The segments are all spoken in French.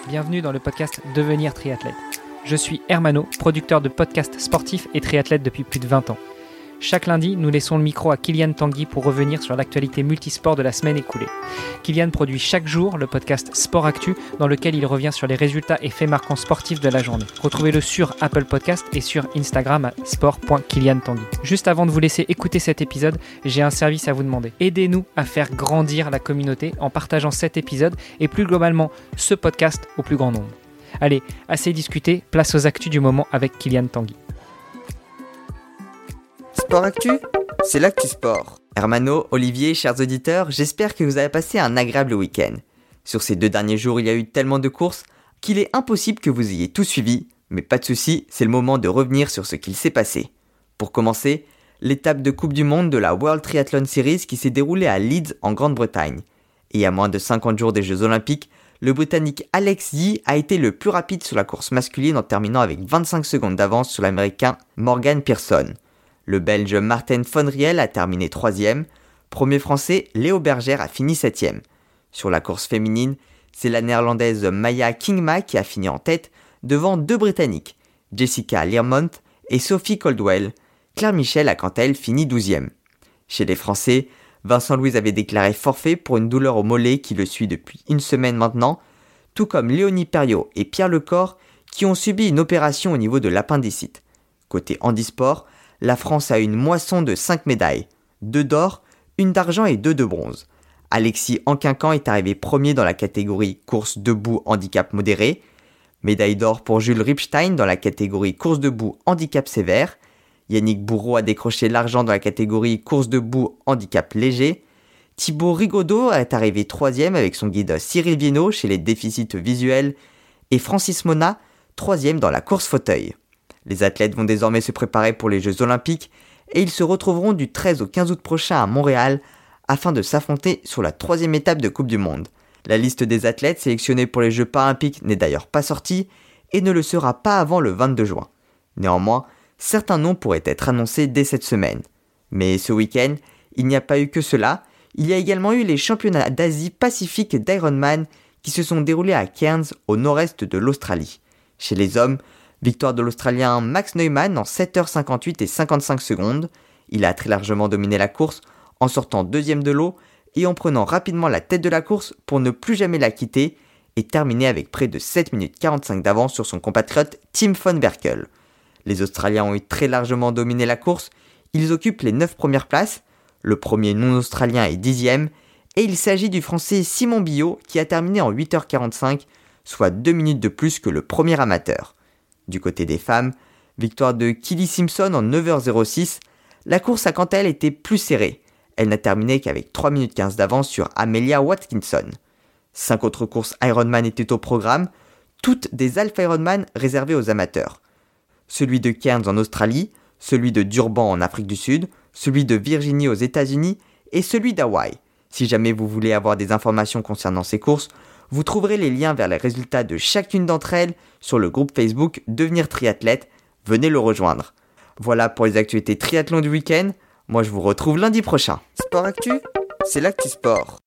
bienvenue dans le podcast Devenir triathlète. Je suis Hermano, producteur de podcasts sportifs et triathlète depuis plus de 20 ans. Chaque lundi, nous laissons le micro à Kylian Tanguy pour revenir sur l'actualité multisport de la semaine écoulée. Kylian produit chaque jour le podcast Sport Actu, dans lequel il revient sur les résultats et faits marquants sportifs de la journée. Retrouvez-le sur Apple Podcast et sur Instagram à sport.kyliantanguy. Juste avant de vous laisser écouter cet épisode, j'ai un service à vous demander. Aidez-nous à faire grandir la communauté en partageant cet épisode et plus globalement ce podcast au plus grand nombre. Allez, assez discuté, place aux actus du moment avec Kylian Tanguy. Sport Actu, c'est l'actu sport. Hermano, Olivier, chers auditeurs, j'espère que vous avez passé un agréable week-end. Sur ces 2 derniers jours, il y a eu tellement de courses qu'il est impossible que vous ayez tout suivi, mais pas de souci, c'est le moment de revenir sur ce qu'il s'est passé. Pour commencer, l'étape de Coupe du Monde de la World Triathlon Series qui s'est déroulée à Leeds en Grande-Bretagne. Et à moins de 50 jours des Jeux Olympiques, le Britannique Alex Yee a été le plus rapide sur la course masculine en terminant avec 25 secondes d'avance sur l'Américain Morgan Pearson. Le Belge Maarten van Riel a terminé 3e. Premier Français, Léo Bergère a fini 7e. Sur la course féminine, c'est la Néerlandaise Maya Kingma qui a fini en tête devant 2 Britanniques, Jessica Learmonth et Sophie Coldwell. Claire Michel a quant à elle fini 12e. Chez les Français, Vincent Louise avait déclaré forfait pour une douleur au mollet qui le suit depuis une semaine maintenant, tout comme Léonie Perriot et Pierre Lecor qui ont subi une opération au niveau de l'appendicite. Côté handisport, la France a une moisson de 5 médailles, 2 d'or, 1 d'argent et 2 de bronze. Alexis Anquincan est arrivé premier dans la catégorie course debout handicap modéré, médaille d'or pour Jules Ripstein dans la catégorie course debout handicap sévère, Yannick Bourreau a décroché l'argent dans la catégorie course debout handicap léger, Thibaut Rigaudot est arrivé 3e avec son guide Cyril Viennot chez les déficits visuels et Francis Mona 3e dans la course fauteuil. Les athlètes vont désormais se préparer pour les Jeux Olympiques et ils se retrouveront du 13 au 15 août prochain à Montréal afin de s'affronter sur la 3e étape de Coupe du Monde. La liste des athlètes sélectionnés pour les Jeux Paralympiques n'est d'ailleurs pas sortie et ne le sera pas avant le 22 juin. Néanmoins, certains noms pourraient être annoncés dès cette semaine. Mais ce week-end, il n'y a pas eu que cela, il y a également eu les championnats d'Asie Pacifique d'Ironman qui se sont déroulés à Cairns au nord-est de l'Australie. Chez les hommes, victoire de l'Australien Max Neumann en 7h58 et 55 secondes. Il a très largement dominé la course en sortant 2e de l'eau et en prenant rapidement la tête de la course pour ne plus jamais la quitter et terminer avec près de 7 minutes 45 d'avance sur son compatriote Tim von Berkel. Les Australiens ont eu très largement dominé la course, ils occupent les 9 premières places, le premier non-australien est 10e et il s'agit du français Simon Biot qui a terminé en 8h45, soit 2 minutes de plus que le premier amateur. Du côté des femmes, victoire de Killy Simpson en 9h06, la course a quant à elle été plus serrée. Elle n'a terminé qu'avec 3 minutes 15 d'avance sur Amelia Watkinson. 5 autres courses Ironman étaient au programme, toutes des Alpha Ironman réservées aux amateurs. Celui de Cairns en Australie, celui de Durban en Afrique du Sud, celui de Virginie aux États-Unis et celui d'Hawaï. Si jamais vous voulez avoir des informations concernant ces courses, vous trouverez les liens vers les résultats de chacune d'entre elles sur le groupe Facebook Devenir Triathlète. Venez le rejoindre. Voilà pour les actualités triathlon du week-end. Moi, je vous retrouve lundi prochain. Sport Actu, c'est l'actu sport.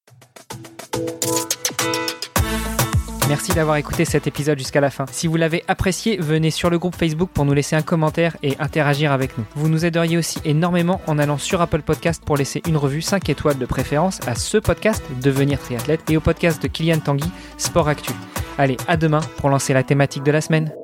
Merci d'avoir écouté cet épisode jusqu'à la fin. Si vous l'avez apprécié, venez sur le groupe Facebook pour nous laisser un commentaire et interagir avec nous. Vous nous aideriez aussi énormément en allant sur Apple Podcast pour laisser une revue 5 étoiles de préférence à ce podcast Devenir Triathlète et au podcast de Kylian Tanguy, Sport Actu. Allez, à demain pour lancer la thématique de la semaine.